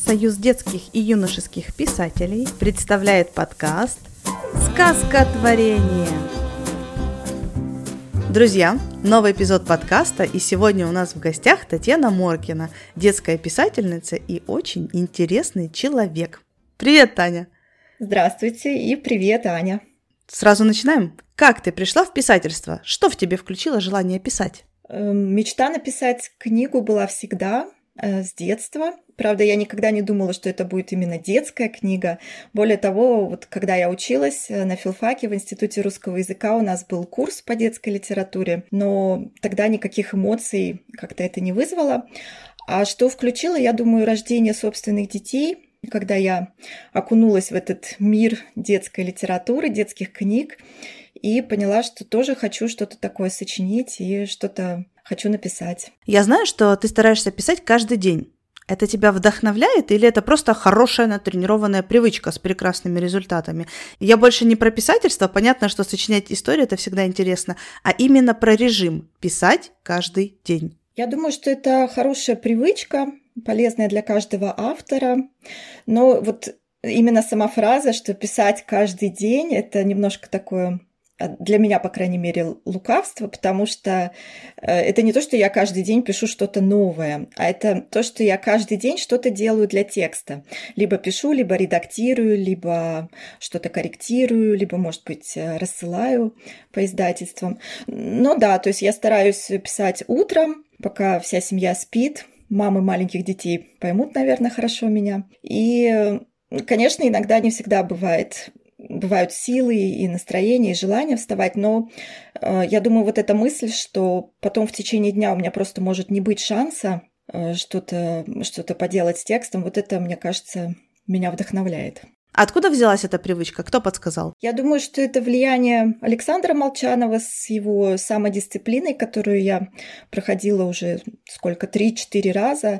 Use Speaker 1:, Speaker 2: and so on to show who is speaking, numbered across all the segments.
Speaker 1: Союз детских и юношеских писателей представляет подкаст «Сказкотворение». Друзья, новый эпизод подкаста, и сегодня у нас в гостях Татьяна Моркина, детская писательница и очень интересный человек. Привет, Таня!
Speaker 2: Здравствуйте и привет, Аня!
Speaker 1: Сразу начинаем. Как ты пришла в писательство? Что в тебе включило желание писать?
Speaker 2: Мечта написать книгу была всегда, с детства. Правда, я никогда не думала, что это будет именно детская книга. Более того, вот когда я училась на филфаке в Институте русского языка, у нас был курс по детской литературе, но тогда никаких эмоций как-то это не вызвало. А что включило, я думаю, рождение собственных детей, когда я окунулась в этот мир детской литературы, детских книг, и поняла, что тоже хочу что-то такое сочинить и что-то хочу написать.
Speaker 1: Я знаю, что ты стараешься писать каждый день. Это тебя вдохновляет или это просто хорошая натренированная привычка с прекрасными результатами? Я больше не про писательство, понятно, что сочинять истории – это всегда интересно, а именно про режим – писать каждый день.
Speaker 2: Я думаю, что это хорошая привычка, полезная для каждого автора, но вот именно сама фраза, что писать каждый день – это немножко такое… Для меня, по крайней мере, лукавство, потому что это не то, что я каждый день пишу что-то новое, а это то, что я каждый день что-то делаю для текста. Либо пишу, либо редактирую, либо что-то корректирую, либо, может быть, рассылаю по издательствам. Но да, то есть я стараюсь писать утром, пока вся семья спит. Мамы маленьких детей поймут, наверное, хорошо меня. И, конечно, иногда не всегда бывают силы и настроение, и желание вставать, но я думаю, вот эта мысль, что потом в течение дня у меня просто может не быть шанса что-то поделать с текстом, вот это, мне кажется, меня вдохновляет.
Speaker 1: Откуда взялась эта привычка? Кто подсказал?
Speaker 2: Я думаю, что это влияние Александра Молчанова с его самодисциплиной, которую я проходила уже 3-4 раза,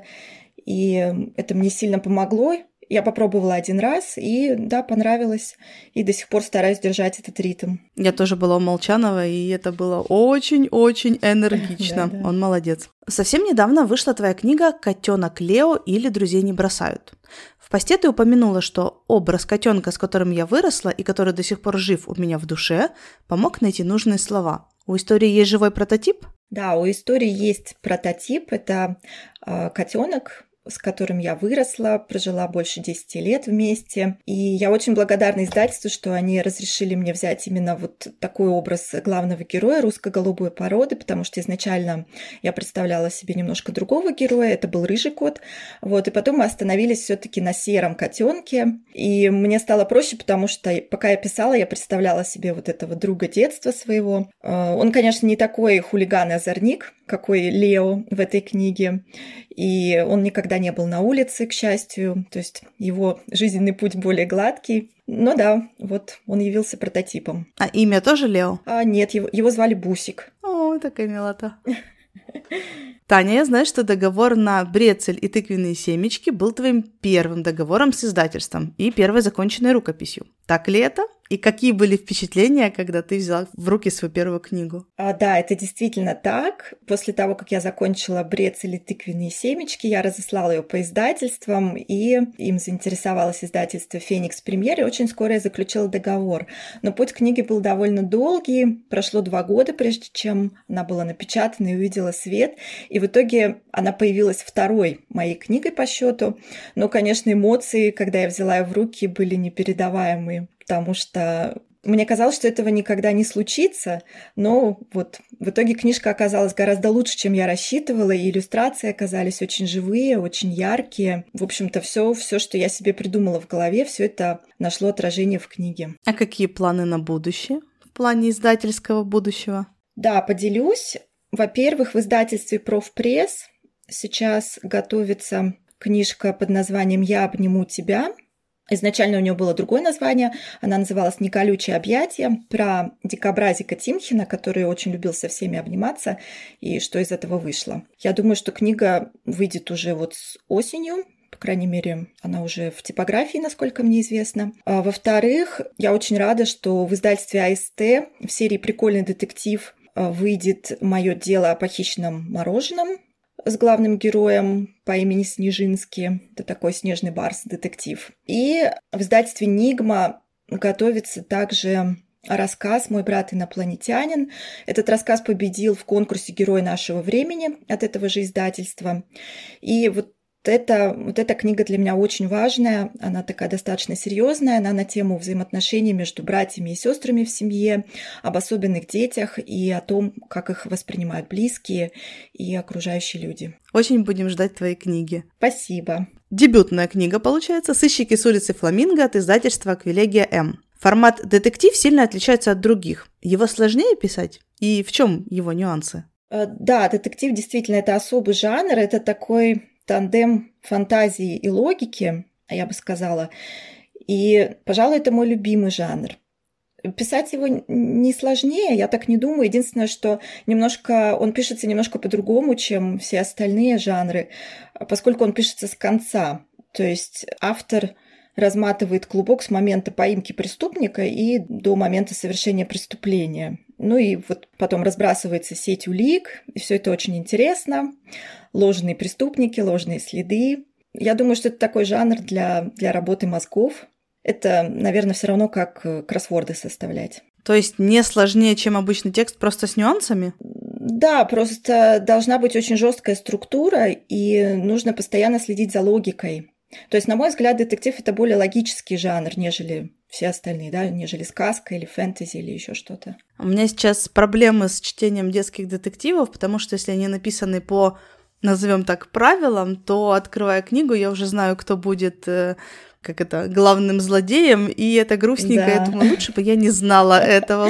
Speaker 2: и это мне сильно помогло. Я попробовала один раз, и да, понравилось, и до сих пор стараюсь держать этот ритм.
Speaker 1: Я тоже была у Молчанова, и это было очень-очень энергично.
Speaker 2: Да.
Speaker 1: Он молодец. Совсем недавно вышла твоя книга «Котенок Лео» или «Друзей не бросают». В посте ты упомянула, что образ котенка, с которым я выросла и который до сих пор жив у меня в душе, помог найти нужные слова. У истории есть живой прототип?
Speaker 2: Да, у истории есть прототип. Это котенок, с которым я выросла, прожила больше 10 лет вместе. И я очень благодарна издательству, что они разрешили мне взять именно вот такой образ главного героя русско-голубой породы, потому что изначально я представляла себе немножко другого героя, это был рыжий кот. Вот, и потом мы остановились все-таки на сером котенке. И мне стало проще, потому что пока я писала, я представляла себе вот этого друга детства своего. Он, конечно, не такой хулиган и озорник, какой Лео в этой книге. И он никогда не был на улице, к счастью. То есть его жизненный путь более гладкий. Но да, вот он явился прототипом.
Speaker 1: А имя тоже Лео?
Speaker 2: Нет, его звали Бусик.
Speaker 1: О, такая милота. Таня, я знаю, что договор на брецель и тыквенные семечки был твоим первым договором с издательством и первой законченной рукописью. Так ли это? И какие были впечатления, когда ты взяла в руки свою первую книгу?
Speaker 2: Да, это действительно так. После того, как я закончила брецель и тыквенные семечки, я разослала ее по издательствам, и им заинтересовалось издательство «Феникс Премьер», и очень скоро я заключила договор. Но путь книги был довольно долгий. Прошло 2 года, прежде чем она была напечатана и увидела свет. И в итоге она появилась второй моей книгой по счету. Но, конечно, эмоции, когда я взяла ее в руки, были непередаваемые, потому что мне казалось, что этого никогда не случится, но вот в итоге книжка оказалась гораздо лучше, чем я рассчитывала, и иллюстрации оказались очень живые, очень яркие. В общем-то, все, что я себе придумала в голове, все это нашло отражение в книге.
Speaker 1: А какие планы на будущее, в плане издательского будущего?
Speaker 2: Да, поделюсь. Во-первых, в издательстве «Профпресс» сейчас готовится книжка под названием «Я обниму тебя». Изначально у нее было другое название, она называлась «Неколючие объятия», про дикобразика Тимхина, который очень любил со всеми обниматься, и что из этого вышло. Я думаю, что книга выйдет уже вот с осенью, по крайней мере, она уже в типографии, насколько мне известно. Во-вторых, я очень рада, что в издательстве АСТ в серии «Прикольный детектив» выйдет мое дело о похищенном мороженом. с главным героем по имени Снежинский. Это такой снежный барс-детектив. И в издательстве «Нигма» готовится также рассказ «Мой брат инопланетянин». Этот рассказ победил в конкурсе «Герой нашего времени» от этого же издательства. И вот эта книга для меня очень важная, она такая достаточно серьезная, она на тему взаимоотношений между братьями и сестрами в семье, об особенных детях и о том, как их воспринимают близкие и окружающие люди.
Speaker 1: Очень будем ждать твоей книги.
Speaker 2: Спасибо.
Speaker 1: Дебютная книга, получается, «Сыщики с улицы Фламинго» от издательства «Аквилегия М». Формат детектив сильно отличается от других. Его сложнее писать? И в чем его нюансы?
Speaker 2: Да, детектив действительно это особый жанр, это такой тандем фантазии и логики, я бы сказала. И, пожалуй, это мой любимый жанр. Писать его не сложнее, я так не думаю. Единственное, что он пишется немножко по-другому, чем все остальные жанры, поскольку он пишется с конца. То есть автор разматывает клубок с момента поимки преступника и до момента совершения преступления. Ну и вот потом разбрасывается сеть улик, и все это очень интересно. Ложные преступники, ложные следы. Я думаю, что это такой жанр для работы мозгов. Это, наверное, все равно как кроссворды составлять.
Speaker 1: То есть не сложнее, чем обычный текст, просто с нюансами?
Speaker 2: Да, просто должна быть очень жесткая структура, и нужно постоянно следить за логикой. То есть, на мой взгляд, детектив – это более логический жанр, нежели все остальные, да, нежели сказка или фэнтези или еще что-то.
Speaker 1: У меня сейчас проблемы с чтением детских детективов, потому что если они написаны по, назовем так, правилам, то, открывая книгу, я уже знаю, кто будет главным злодеем, и это грустненько. Да. Я думаю, лучше бы я не знала этого,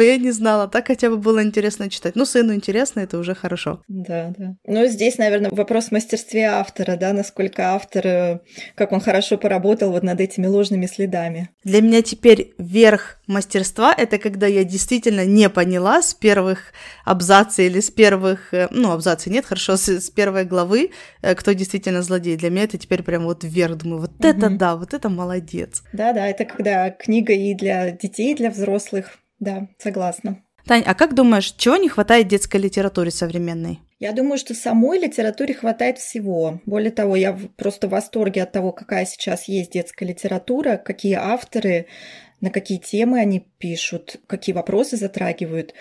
Speaker 1: так хотя бы было интересно читать. Ну, сыну интересно, это уже хорошо.
Speaker 2: Да. Ну, здесь, наверное, вопрос в мастерстве автора, да, насколько автор, как он хорошо поработал вот над этими ложными следами.
Speaker 1: Для меня теперь верх мастерства — это когда я действительно не поняла с первых абзацев или с первых, абзацев нет, хорошо, с первой главы, кто действительно злодей. Для меня это теперь прям вот вверх, думаю, вот это да, вот это молодец.
Speaker 2: Да, это когда книга и для детей, и для взрослых. Да, согласна.
Speaker 1: Тань, а как думаешь, чего не хватает детской литературе современной?
Speaker 2: Я думаю, что самой литературе хватает всего. Более того, я просто в восторге от того, какая сейчас есть детская литература, какие авторы, на какие темы они пишут, какие вопросы затрагивают.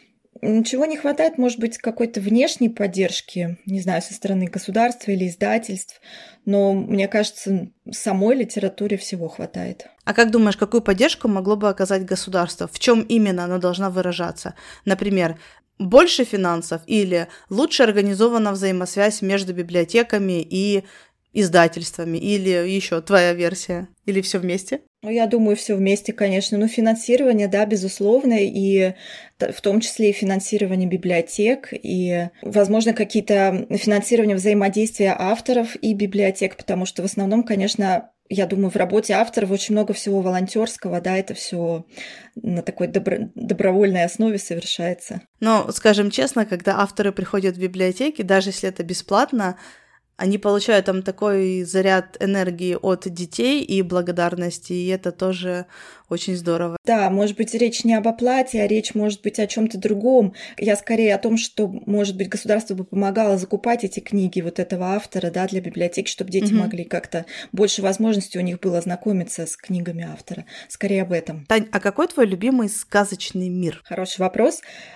Speaker 2: Чего не хватает, может быть, какой-то внешней поддержки, не знаю, со стороны государства или издательств, но, мне кажется, самой литературе всего хватает.
Speaker 1: А как думаешь, какую поддержку могло бы оказать государство? В чем именно она должна выражаться? Например, больше финансов или лучше организована взаимосвязь между библиотеками и издательствами, или еще твоя версия, или все вместе?
Speaker 2: Я думаю, все вместе, конечно. Финансирование, да, безусловно, и в том числе и финансирование библиотек, и, возможно, какие-то финансирование взаимодействия авторов и библиотек, потому что в основном, конечно, я думаю, в работе авторов очень много всего волонтерского, да, это все на такой добровольной основе совершается.
Speaker 1: Но, скажем честно, когда авторы приходят в библиотеки, даже если это бесплатно, они получают там такой заряд энергии от детей и благодарности, и это тоже очень здорово.
Speaker 2: Да, может быть, речь не об оплате, а речь может быть о чем-то другом. Я скорее о том, что, может быть, государство бы помогало закупать эти книги вот этого автора, да, для библиотеки, чтобы дети могли как-то больше возможностей у них было знакомиться с книгами автора. Скорее об этом.
Speaker 1: Тань, а какой твой любимый сказочный мир?
Speaker 2: Хороший вопрос.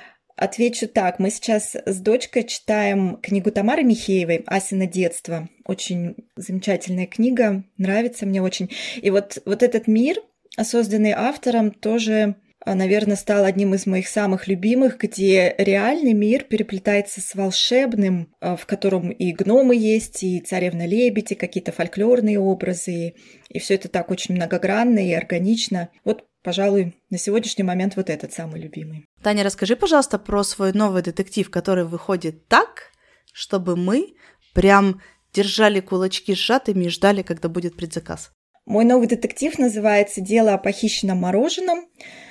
Speaker 2: Отвечу так. Мы сейчас с дочкой читаем книгу Тамары Михеевой «Асино детство». Очень замечательная книга, нравится мне очень. И вот этот мир, созданный автором, тоже, наверное, стал одним из моих самых любимых, где реальный мир переплетается с волшебным, в котором и гномы есть, и царевна-лебедь, и какие-то фольклорные образы. И все это так очень многогранно и органично. Вот, пожалуй, на сегодняшний момент вот этот самый любимый.
Speaker 1: Таня, расскажи, пожалуйста, про свой новый детектив, который выходит так, чтобы мы прям держали кулачки сжатыми и ждали, когда будет предзаказ.
Speaker 2: Мой новый детектив называется «Дело о похищенном мороженом».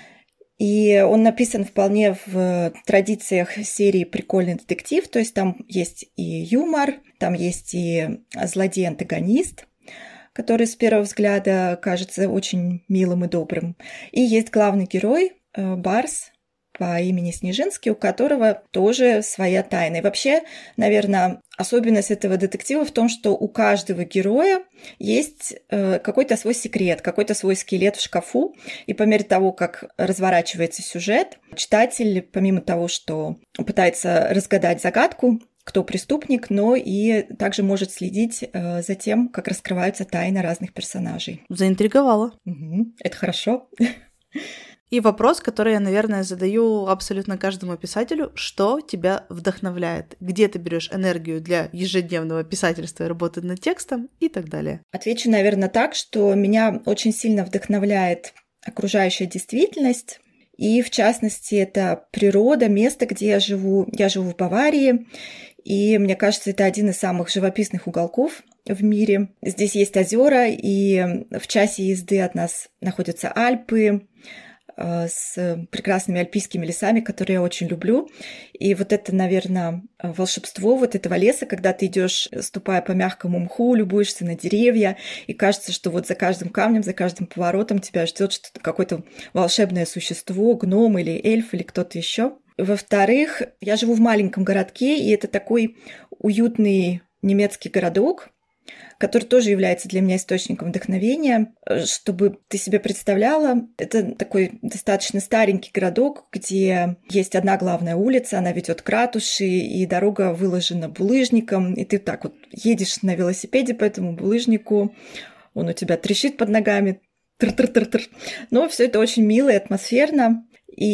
Speaker 2: И он написан вполне в традициях серии «Прикольный детектив». То есть там есть и юмор, там есть и злодей-антагонист, который с первого взгляда кажется очень милым и добрым. И есть главный герой, Барс, по имени Снежинский, у которого тоже своя тайна. И вообще, наверное, особенность этого детектива в том, что у каждого героя есть какой-то свой секрет, какой-то свой скелет в шкафу. И по мере того, как разворачивается сюжет, читатель, помимо того, что пытается разгадать загадку, кто преступник, но и также может следить за тем, как раскрываются тайны разных персонажей.
Speaker 1: Заинтриговала.
Speaker 2: Это хорошо.
Speaker 1: И вопрос, который я, наверное, задаю абсолютно каждому писателю: что тебя вдохновляет? Где ты берешь энергию для ежедневного писательства и работы над текстом и так далее?
Speaker 2: Отвечу, наверное, так, что меня очень сильно вдохновляет окружающая действительность. И, в частности, это природа, место, где я живу. Я живу в Баварии, и мне кажется, это один из самых живописных уголков в мире. Здесь есть озера, и в часе езды от нас находятся Альпы с прекрасными альпийскими лесами, которые я очень люблю. И вот это, наверное, волшебство вот этого леса, когда ты идешь, ступая по мягкому мху, любуешься на деревья, и кажется, что вот за каждым камнем, за каждым поворотом тебя ждет что-то, какое-то волшебное существо, гном или эльф или кто-то еще. Во-вторых, я живу в маленьком городке, и это такой уютный немецкий городок, который тоже является для меня источником вдохновения. Чтобы ты себе представляла, это такой достаточно старенький городок, где есть одна главная улица, она ведет к ратуше, и дорога выложена булыжником, и ты так вот едешь на велосипеде по этому булыжнику, он у тебя трещит под ногами, тр-тр-тр-тр. Но все это очень мило и атмосферно,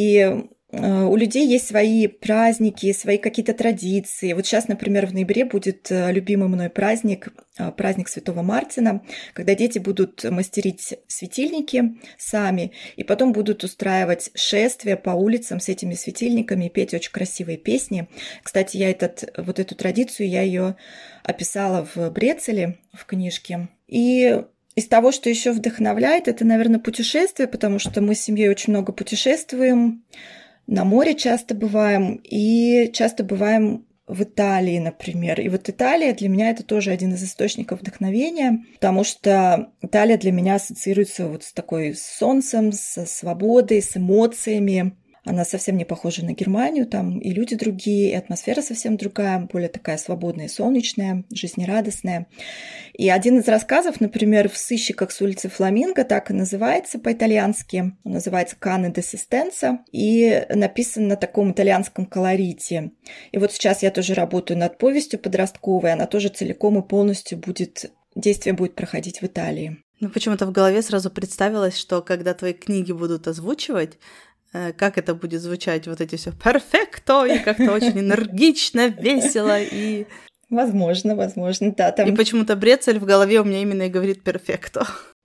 Speaker 2: и у людей есть свои праздники, свои какие-то традиции. Вот сейчас, например, в ноябре будет любимый мной праздник, праздник Святого Мартина, когда дети будут мастерить светильники сами, и потом будут устраивать шествия по улицам с этими светильниками и петь очень красивые песни. Кстати, я эту традицию, я ее описала в Брецеле, в книжке. И из того, что еще вдохновляет, это, наверное, путешествия, потому что мы с семьей очень много путешествуем. На море часто бываем, и часто бываем в Италии, например. И вот Италия для меня это тоже один из источников вдохновения, потому что Италия для меня ассоциируется вот с такой с солнцем, со свободой, с эмоциями. Она совсем не похожа на Германию, там и люди другие, и атмосфера совсем другая, более такая свободная, солнечная, жизнерадостная. И один из рассказов, например, в «Сыщиках с улицы Фламинго», так и называется по-итальянски, он называется «Cane d'assistenza», и написан на таком итальянском колорите. И вот сейчас я тоже работаю над повестью подростковой, она тоже целиком и полностью действие будет проходить в Италии.
Speaker 1: Ну, почему-то в голове сразу представилось, что когда твои книги будут озвучивать, как это будет звучать, вот эти все перфекто, и как-то очень энергично, весело, и...
Speaker 2: Возможно, да. Там...
Speaker 1: И почему-то Брецель в голове у меня именно и говорит перфекто.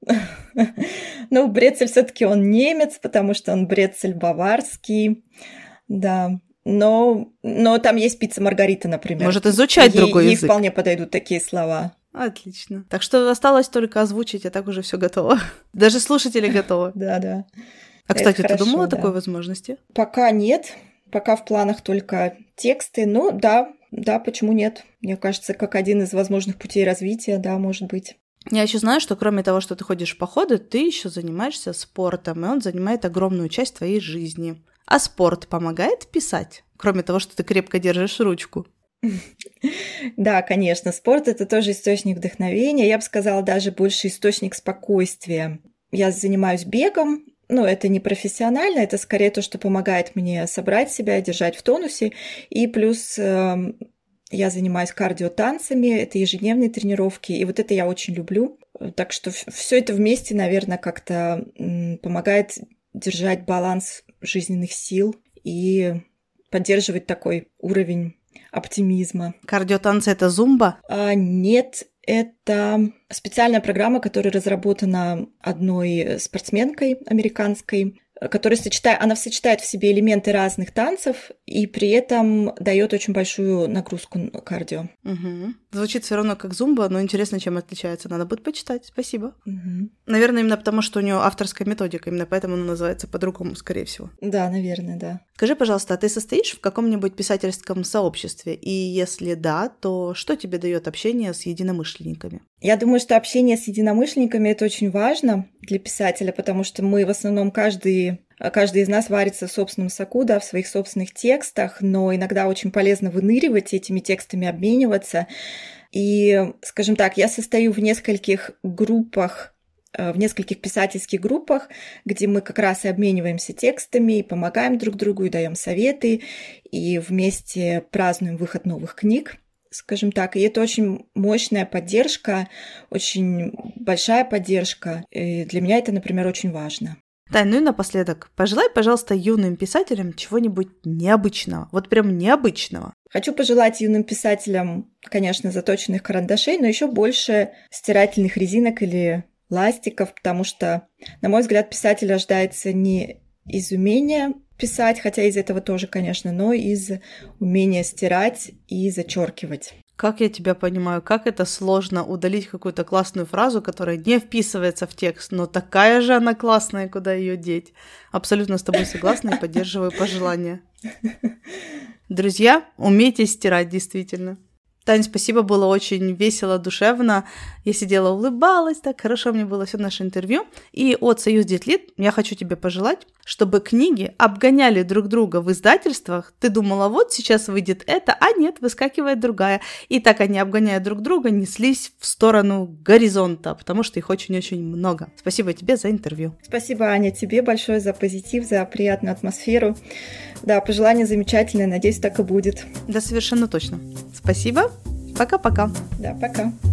Speaker 2: Ну, Брецель все-таки он немец, потому что он Брецель баварский, да. Но там есть пицца Маргарита, например.
Speaker 1: Может изучать другой язык.
Speaker 2: Ей вполне подойдут такие слова.
Speaker 1: Отлично. Так что осталось только озвучить, а так уже все готово. Даже слушатели готовы.
Speaker 2: Да.
Speaker 1: А, кстати, ты думала о такой возможности?
Speaker 2: Пока нет. Пока в планах только тексты. Ну, да, почему нет? Мне кажется, как один из возможных путей развития, да, может быть.
Speaker 1: Я еще знаю, что кроме того, что ты ходишь в походы, ты еще занимаешься спортом, и он занимает огромную часть твоей жизни. А спорт помогает писать? Кроме того, что ты крепко держишь ручку.
Speaker 2: Да, конечно, спорт — это тоже источник вдохновения. Я бы сказала, даже больше источник спокойствия. Я занимаюсь бегом. Ну, это не профессионально, это скорее то, что помогает мне собрать себя, держать в тонусе. И плюс я занимаюсь кардиотанцами, это ежедневные тренировки, и вот это я очень люблю. Так что все это вместе, наверное, как-то помогает держать баланс жизненных сил и поддерживать такой уровень оптимизма.
Speaker 1: Кардиотанцы — это зумба?
Speaker 2: Нет, это специальная программа, которая разработана одной спортсменкой американской, которая сочетает в себе элементы разных танцев и при этом дает очень большую нагрузку на кардио.
Speaker 1: Угу. Звучит все равно как зумба, но интересно, чем отличается. Надо будет почитать. Спасибо.
Speaker 2: Угу.
Speaker 1: Наверное, именно потому, что у нее авторская методика, именно поэтому она называется по-другому, скорее всего.
Speaker 2: Да, наверное, да.
Speaker 1: Скажи, пожалуйста, а ты состоишь в каком-нибудь писательском сообществе? И если да, то что тебе дает общение с единомышленниками?
Speaker 2: Я думаю, что общение с единомышленниками — это очень важно для писателя, потому что мы в основном каждый каждый из нас варится в собственном соку, да, в своих собственных текстах, но иногда очень полезно выныривать, этими текстами обмениваться. И, скажем так, я состою в нескольких группах, в нескольких писательских группах, где мы как раз и обмениваемся текстами, и помогаем друг другу, и даем советы, и вместе празднуем выход новых книг, скажем так. И это очень мощная поддержка, очень большая поддержка. И для меня это, например, очень важно.
Speaker 1: Тань, ну и напоследок, пожелай, пожалуйста, юным писателям чего-нибудь необычного, вот прям необычного.
Speaker 2: Хочу пожелать юным писателям, конечно, заточенных карандашей, но еще больше стирательных резинок или ластиков, потому что, на мой взгляд, писатель рождается не из умения писать, хотя из этого тоже, конечно, но из умения стирать и зачеркивать.
Speaker 1: Как я тебя понимаю, как это сложно удалить какую-то классную фразу, которая не вписывается в текст, но такая же она классная, куда ее деть. Абсолютно с тобой согласна и поддерживаю пожелания. Друзья, умейте стирать, действительно. Тань, спасибо, было очень весело, душевно. Я сидела, улыбалась, так хорошо мне было все наше интервью. И от Союз Детлит я хочу тебе пожелать, чтобы книги обгоняли друг друга в издательствах. Ты думала, вот сейчас выйдет это, а нет, выскакивает другая. И так они, обгоняя друг друга, неслись в сторону горизонта, потому что их очень-очень много. Спасибо тебе за интервью.
Speaker 2: Спасибо, Аня, тебе большое за позитив, за приятную атмосферу. Да, пожелания замечательные, надеюсь, так и будет.
Speaker 1: Да, совершенно точно. Спасибо. Пока-пока.
Speaker 2: Да, пока.